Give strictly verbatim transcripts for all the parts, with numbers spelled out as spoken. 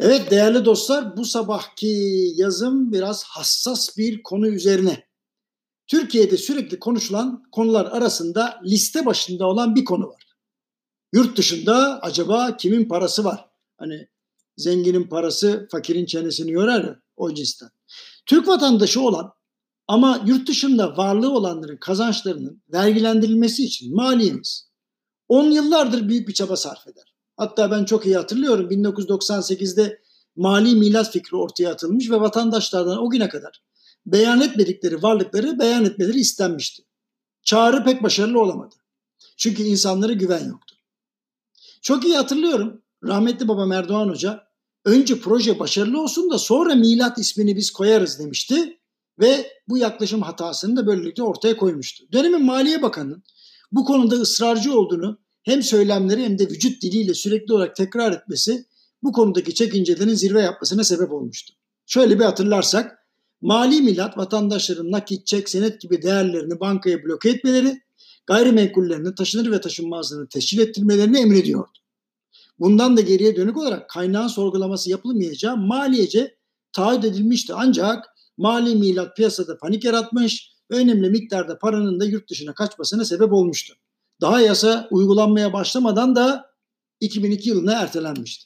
Evet değerli dostlar, bu sabahki yazım biraz hassas bir konu üzerine. Türkiye'de sürekli konuşulan konular arasında liste başında olan bir konu var. Yurt dışında acaba kimin parası var? Hani zenginin parası fakirin çenesini yorar ya, o cinsten. Türk vatandaşı olan ama yurt dışında varlığı olanların kazançlarının vergilendirilmesi için maliyemiz on yıllardır büyük bir çaba sarf eder. Hatta ben çok iyi hatırlıyorum, bin dokuz yüz doksan sekizde mali milat fikri ortaya atılmış ve vatandaşlardan o güne kadar beyan etmedikleri varlıkları beyan etmeleri istenmişti. Çağrı pek başarılı olamadı. Çünkü insanlara güven yoktu. Çok iyi hatırlıyorum, rahmetli babam Erdoğan Hoca önce proje başarılı olsun da sonra milat ismini biz koyarız demişti ve bu yaklaşım hatasını da böylelikle ortaya koymuştu. Dönemin Maliye Bakanı'nın bu konuda ısrarcı olduğunu hem söylemleri hem de vücut diliyle sürekli olarak tekrar etmesi bu konudaki çekincelerin zirve yapmasına sebep olmuştu. Şöyle bir hatırlarsak, mali milat vatandaşların nakit, çek, senet gibi değerlerini bankaya bloke etmeleri, gayrimenkullerinin taşınır ve taşınmazlığını teşkil ettirmelerini emrediyordu. Bundan da geriye dönük olarak kaynağın sorgulaması yapılmayacağı maliyece taahhüt edilmişti. Ancak mali milat piyasada panik yaratmış ve önemli miktarda paranın da yurt dışına kaçmasına sebep olmuştu. Daha yasa uygulanmaya başlamadan da iki bin iki yılına ertelenmişti.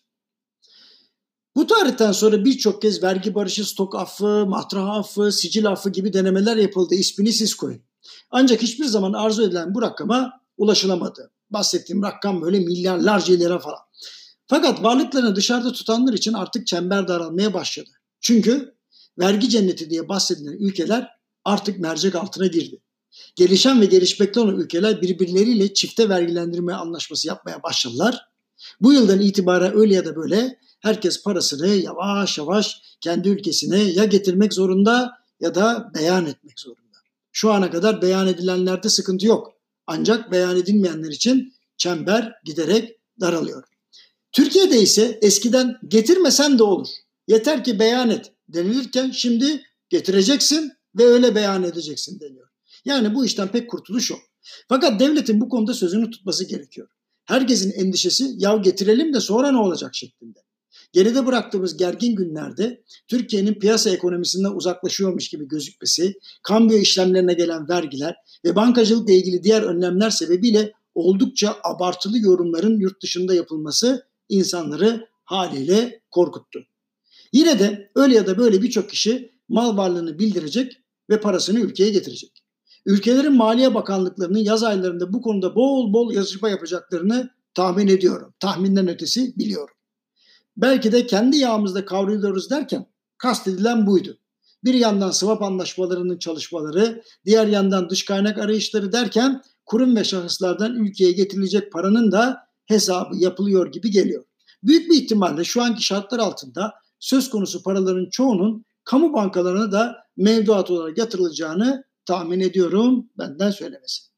Bu tarihten sonra birçok kez vergi barışı, stok affı, matrah affı, sicil affı gibi denemeler yapıldı. İsmini siz koyun. Ancak hiçbir zaman arzu edilen bu rakama ulaşılamadı. Bahsettiğim rakam böyle milyarlarca lira falan. Fakat varlıklarını dışarıda tutanlar için artık çember daralmaya başladı. Çünkü vergi cenneti diye bahsedilen ülkeler artık mercek altına girdi. Gelişen ve gelişmekte olan ülkeler birbirleriyle çifte vergilendirme anlaşması yapmaya başladılar. Bu yıldan itibaren öyle ya da böyle herkes parasını yavaş yavaş kendi ülkesine ya getirmek zorunda ya da beyan etmek zorunda. Şu ana kadar beyan edilenlerde sıkıntı yok. Ancak beyan edilmeyenler için çember giderek daralıyor. Türkiye'de ise eskiden getirmesen de olur, yeter ki beyan et denilirken şimdi getireceksin ve öyle beyan edeceksin deniyor. Yani bu işten pek kurtuluş yok. Fakat devletin bu konuda sözünü tutması gerekiyor. Herkesin endişesi ya getirelim de sonra ne olacak şeklinde. Geride bıraktığımız gergin günlerde Türkiye'nin piyasa ekonomisinden uzaklaşıyormuş gibi gözükmesi, kambiyo işlemlerine gelen vergiler ve bankacılıkla ilgili diğer önlemler sebebiyle oldukça abartılı yorumların yurt dışında yapılması insanları haliyle korkuttu. Yine de öyle ya da böyle birçok kişi mal varlığını bildirecek ve parasını ülkeye getirecek. Ülkelerin Maliye Bakanlıklarının yaz aylarında bu konuda bol bol yazışma yapacaklarını tahmin ediyorum. Tahminden ötesi biliyorum. Belki de kendi yağımızda kavruluyoruz derken kastedilen buydu. Bir yandan swap anlaşmalarının çalışmaları, diğer yandan dış kaynak arayışları derken kurum ve şahıslardan ülkeye getirilecek paranın da hesabı yapılıyor gibi geliyor. Büyük bir ihtimalle şu anki şartlar altında söz konusu paraların çoğunun kamu bankalarına da mevduat olarak yatırılacağını tahmin ediyorum, benden söylemesi.